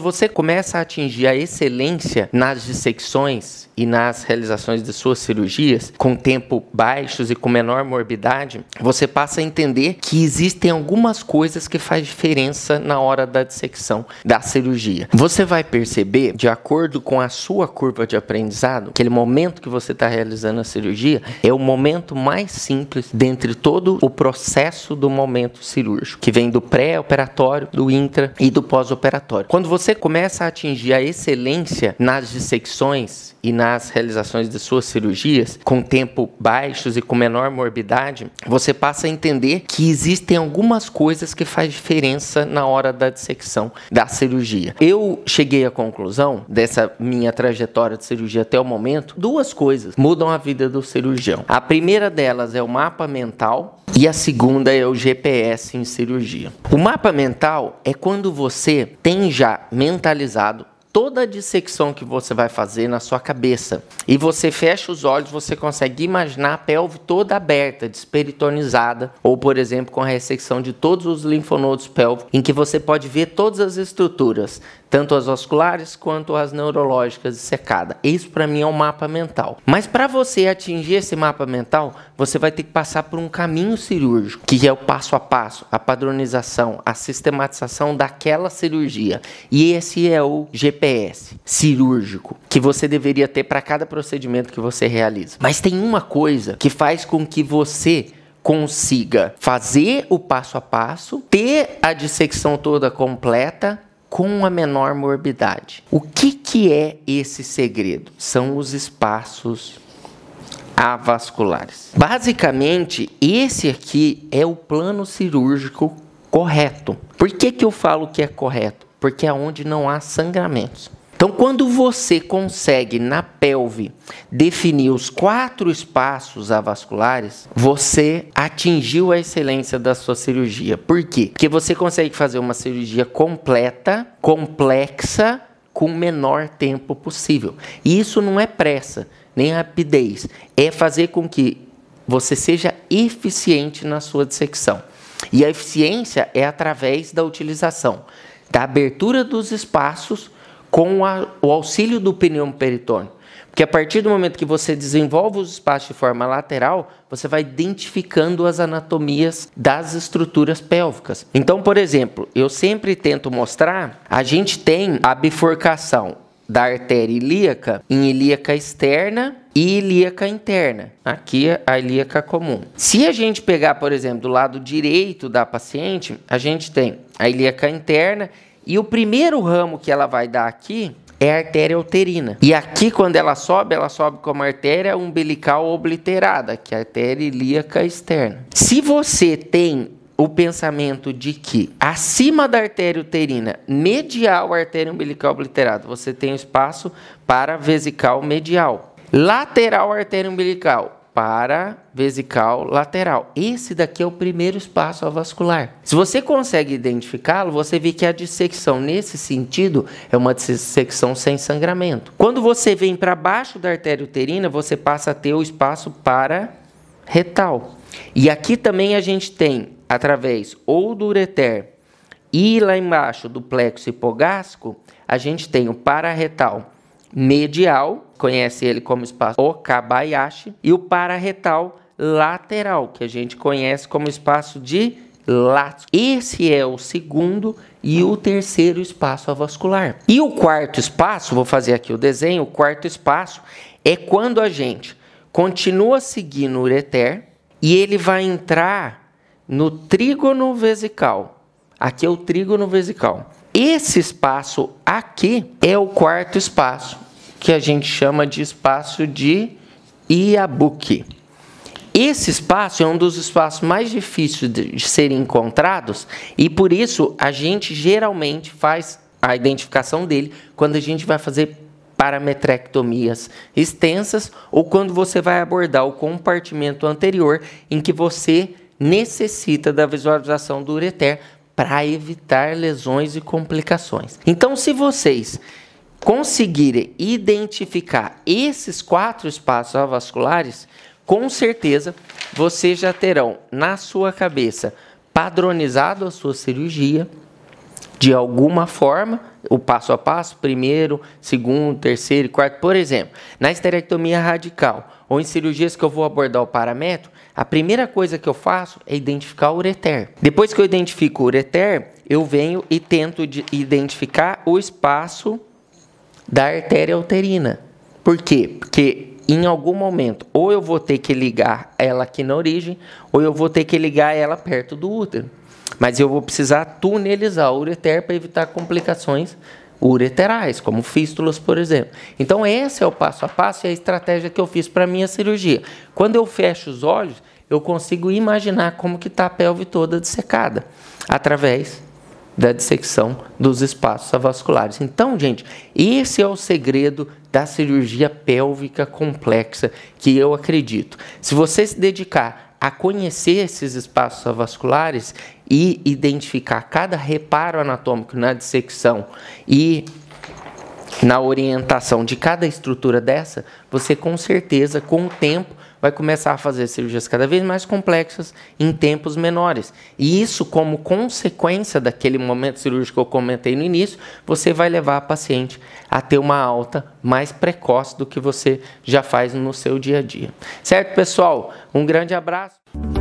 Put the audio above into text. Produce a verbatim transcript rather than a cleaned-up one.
você começa a atingir a excelência nas dissecções e nas realizações de suas cirurgias, com tempo baixos e com menor morbidade, você passa a entender que existem algumas coisas que fazem diferença na hora da dissecção, da cirurgia. Você vai perceber, de acordo com a sua curva de aprendizado, aquele momento que você está realizando a cirurgia é o momento mais simples dentre todo o processo do momento cirúrgico, que vem do pré-operatório, do intra e do pós-operatório. Quando você começa a atingir a excelência nas dissecções e nas realizações de suas cirurgias, com tempo baixos e com menor morbidade, você passa a entender que existem algumas coisas que fazem diferença na hora da dissecção, da cirurgia. Eu cheguei à conclusão, dessa minha trajetória de cirurgia até o momento, duas coisas mudam a vida do cirurgião. A primeira delas é o mapa mental e a segunda é o G P S em cirurgia. O mapa mental é quando você tem já mentalizado toda a dissecção que você vai fazer na sua cabeça. E você fecha os olhos, você consegue imaginar a pelve toda aberta, desperitonizada, ou, por exemplo, com a ressecção de todos os linfonodos pélvicos, em que você pode ver todas as estruturas, tanto as vasculares quanto as neurológicas dissecadas. Isso, para mim, é um mapa mental. Mas para você atingir esse mapa mental, você vai ter que passar por um caminho cirúrgico, que é o passo a passo, a padronização, a sistematização daquela cirurgia. E esse é o G P S cirúrgico, que você deveria ter para cada procedimento que você realiza. Mas tem uma coisa que faz com que você consiga fazer o passo a passo, ter a dissecção toda completa, com a menor morbidade. O que, que é esse segredo? São os espaços avasculares. Basicamente, esse aqui é o plano cirúrgico correto. Por que, que eu falo que é correto? Porque é onde não há sangramentos. Então, quando você consegue, na pelve, definir os quatro espaços avasculares, você atingiu a excelência da sua cirurgia. Por quê? Porque você consegue fazer uma cirurgia completa, complexa, com o menor tempo possível. E isso não é pressa, nem rapidez. É fazer com que você seja eficiente na sua dissecção. E a eficiência é através da utilização da abertura dos espaços com a, o auxílio do pneumo peritônio. Porque a partir do momento que você desenvolve os espaços de forma lateral, você vai identificando as anatomias das estruturas pélvicas. Então, por exemplo, eu sempre tento mostrar, a gente tem a bifurcação da artéria ilíaca em ilíaca externa e ilíaca interna. Aqui é a ilíaca comum. Se a gente pegar, por exemplo, do lado direito da paciente, a gente tem a ilíaca interna e o primeiro ramo que ela vai dar aqui é a artéria uterina. E aqui, quando ela sobe, ela sobe como artéria umbilical obliterada, que é a artéria ilíaca externa. Se você tem o pensamento de que acima da artéria uterina, medial à artéria umbilical obliterada, você tem espaço para vesical medial. Lateral à artéria umbilical, para vesical lateral. Esse daqui é o primeiro espaço avascular. Se você consegue identificá-lo, você vê que a dissecção nesse sentido é uma dissecção sem sangramento. Quando você vem para baixo da artéria uterina, você passa a ter o espaço para retal. E aqui também a gente tem, através ou do ureter e lá embaixo do plexo hipogástrico, a gente tem o pararretal medial, conhece ele como espaço Okabayashi, e o pararretal lateral, que a gente conhece como espaço de Lattice. Esse é o segundo e o terceiro espaço avascular. E o quarto espaço, vou fazer aqui o desenho, o quarto espaço é quando a gente continua seguindo o ureter e ele vai entrar no trígono vesical. Aqui é o trígono vesical. Esse espaço aqui é o quarto espaço, que a gente chama de espaço de Iabuki. Esse espaço é um dos espaços mais difíceis de serem encontrados e por isso a gente geralmente faz a identificação dele quando a gente vai fazer parametrectomias extensas ou quando você vai abordar o compartimento anterior em que você necessita da visualização do ureter para evitar lesões e complicações. Então, se vocês conseguirem identificar esses quatro espaços avasculares, com certeza vocês já terão na sua cabeça padronizado a sua cirurgia de alguma forma, o passo a passo, primeiro, segundo, terceiro e quarto. Por exemplo, na esterectomia radical ou em cirurgias que eu vou abordar o paramétrio, a primeira coisa que eu faço é identificar o ureter. Depois que eu identifico o ureter, eu venho e tento identificar o espaço da artéria uterina. Por quê? Porque em algum momento, ou eu vou ter que ligar ela aqui na origem, ou eu vou ter que ligar ela perto do útero. Mas eu vou precisar tunelizar o ureter para evitar complicações ureterais, como fístulas, por exemplo. Então, esse é o passo a passo e a estratégia que eu fiz para a minha cirurgia. Quando eu fecho os olhos, eu consigo imaginar como que está a pelve toda dissecada, através da dissecção dos espaços avasculares. Então, gente, esse é o segredo da cirurgia pélvica complexa que eu acredito. Se você se dedicar a conhecer esses espaços avasculares e identificar cada reparo anatômico na dissecção e na orientação de cada estrutura dessa, você com certeza, com o tempo, vai começar a fazer cirurgias cada vez mais complexas em tempos menores. E isso, como consequência daquele momento cirúrgico que eu comentei no início, você vai levar a paciente a ter uma alta mais precoce do que você já faz no seu dia a dia. Certo, pessoal? Um grande abraço.